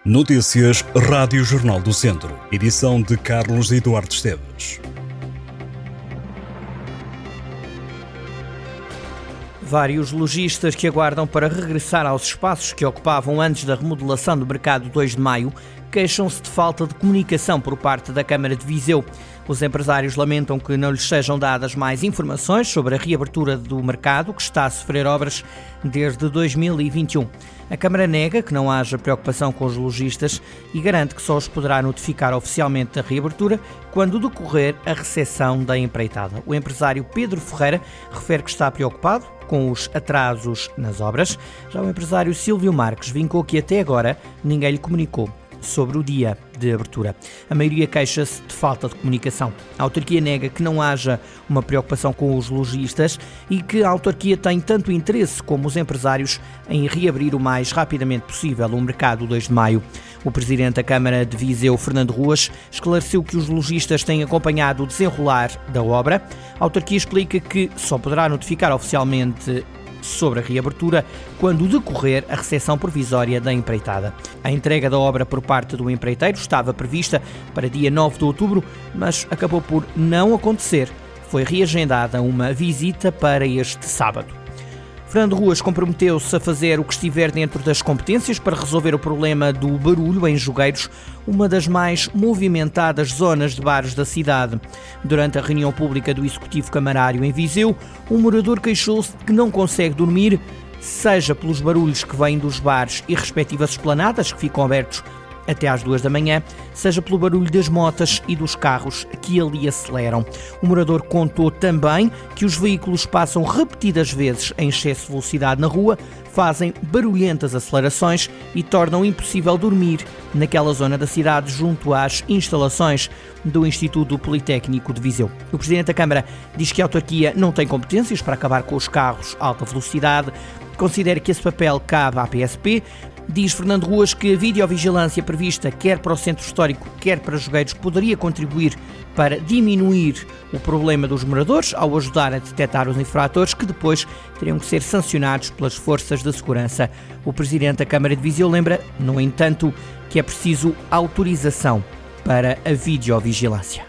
Notícias Rádio Jornal do Centro. Edição de Carlos Eduardo Esteves. Vários lojistas que aguardam para regressar aos espaços que ocupavam antes da remodelação do mercado 2 de maio queixam-se de falta de comunicação por parte da Câmara de Viseu. Os empresários lamentam que não lhes sejam dadas mais informações sobre a reabertura do mercado, que está a sofrer obras desde 2021. A Câmara nega que não haja preocupação com os lojistas e garante que só os poderá notificar oficialmente da reabertura quando decorrer a recepção da empreitada. O empresário Pedro Ferreira refere que está preocupado com os atrasos nas obras. Já o empresário Silvio Marques vincou que até agora ninguém lhe comunicou sobre o dia de abertura. A maioria queixa-se de falta de comunicação. A autarquia nega que não haja uma preocupação com os lojistas e que a autarquia tem tanto interesse como os empresários em reabrir o mais rapidamente possível o mercado 2 de maio. O presidente da Câmara de Viseu, Fernando Ruas, esclareceu que os lojistas têm acompanhado o desenrolar da obra. A autarquia explica que só poderá notificar oficialmente sobre a reabertura quando decorrer a recepção provisória da empreitada. A entrega da obra por parte do empreiteiro estava prevista para dia 9 de outubro, mas acabou por não acontecer. Foi reagendada uma visita para este sábado. Fernando Ruas comprometeu-se a fazer o que estiver dentro das competências para resolver o problema do barulho em Jogueiros, uma das mais movimentadas zonas de bares da cidade. Durante a reunião pública do Executivo Camarário em Viseu, um morador queixou-se de que não consegue dormir, seja pelos barulhos que vêm dos bares e respectivas esplanadas que ficam abertos até às 2 da manhã, seja pelo barulho das motas e dos carros que ali aceleram. O morador contou também que os veículos passam repetidas vezes em excesso de velocidade na rua, fazem barulhentas acelerações e tornam impossível dormir naquela zona da cidade junto às instalações do Instituto Politécnico de Viseu. O presidente da Câmara diz que a autarquia não tem competências para acabar com os carros a alta velocidade, considera que esse papel cabe à PSP. Diz Fernando Ruas que a videovigilância prevista quer para o centro histórico, quer para Jogueiros, poderia contribuir para diminuir o problema dos moradores ao ajudar a detectar os infratores que depois teriam que ser sancionados pelas forças de segurança. O presidente da Câmara de Viseu lembra, no entanto, que é preciso autorização para a videovigilância.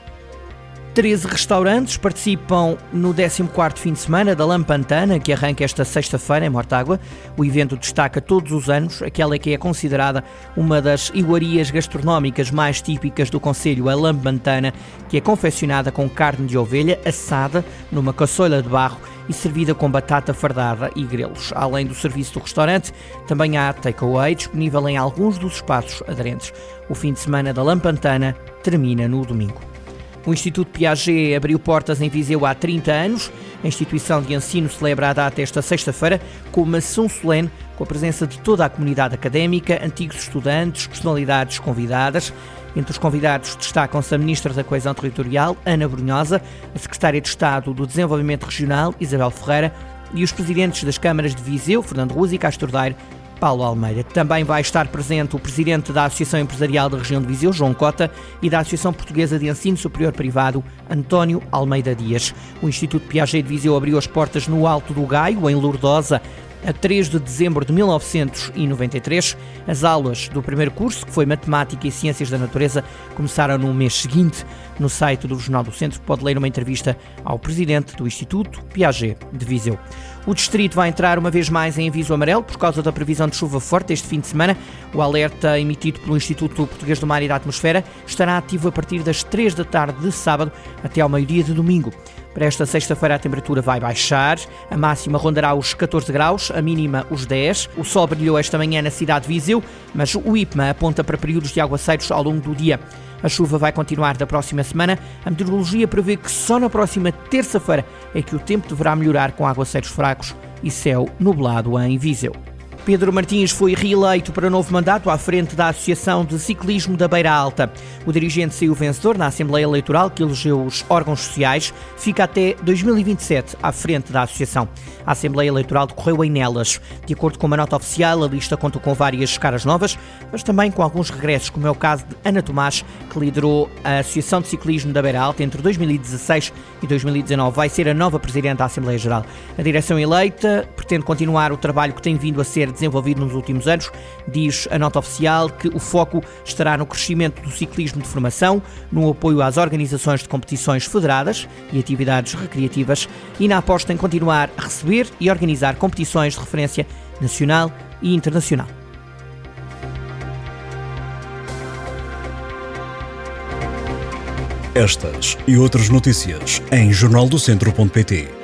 13 restaurantes participam no 14º fim de semana da Lampantana, que arranca esta sexta-feira em Mortágua. O evento destaca todos os anos aquela que é considerada uma das iguarias gastronómicas mais típicas do concelho, a Lampantana, que é confeccionada com carne de ovelha assada numa caçolha de barro e servida com batata fardada e grelos. Além do serviço do restaurante, também há takeaway disponível em alguns dos espaços aderentes. O fim de semana da Lampantana termina no domingo. O Instituto Piaget abriu portas em Viseu há 30 anos. A instituição de ensino celebra a data esta sexta-feira com uma sessão solene com a presença de toda a comunidade académica, antigos estudantes, personalidades convidadas. Entre os convidados destacam-se a Ministra da Coesão Territorial, Ana Brunhosa, a Secretária de Estado do Desenvolvimento Regional, Isabel Ferreira, e os presidentes das câmaras de Viseu, Fernando Ruas, e Castro Daire, Paulo Almeida. Também vai estar presente o presidente da Associação Empresarial da Região de Viseu, João Cota, e da Associação Portuguesa de Ensino Superior Privado, António Almeida Dias. O Instituto Piaget de Viseu abriu as portas no Alto do Gaio, em Lourdosa, a 3 de dezembro de 1993. As aulas do primeiro curso, que foi Matemática e Ciências da Natureza, começaram no mês seguinte. No site do Jornal do Centro pode ler uma entrevista ao presidente do Instituto Piaget de Viseu. O distrito vai entrar uma vez mais em aviso amarelo por causa da previsão de chuva forte este fim de semana. O alerta emitido pelo Instituto Português do Mar e da Atmosfera estará ativo a partir das 3 da tarde de sábado até ao meio-dia de domingo. Para esta sexta-feira a temperatura vai baixar, a máxima rondará os 14 graus, a mínima os 10. O sol brilhou esta manhã na cidade de Viseu, mas o IPMA aponta para períodos de aguaceiros ao longo do dia. A chuva vai continuar da próxima semana. A meteorologia prevê que só na próxima terça-feira é que o tempo deverá melhorar com aguaceiros fracos e céu nublado em Viseu. Pedro Martins foi reeleito para novo mandato à frente da Associação de Ciclismo da Beira Alta. O dirigente saiu vencedor na Assembleia Eleitoral que elegeu os órgãos sociais, fica até 2027 à frente da associação. A Assembleia Eleitoral decorreu em Nelas. De acordo com uma nota oficial, a lista conta com várias caras novas, mas também com alguns regressos, como é o caso de Ana Tomás, que liderou a Associação de Ciclismo da Beira Alta entre 2016 e 2019. Vai ser a nova presidente da Assembleia Geral. A direção eleita pretende continuar o trabalho que tem vindo a ser ter desenvolvido nos últimos anos. Diz a nota oficial que o foco estará no crescimento do ciclismo de formação, no apoio às organizações de competições federadas e atividades recreativas e na aposta em continuar a receber e organizar competições de referência nacional e internacional. Estas e outras notícias em jornaldocentro.pt.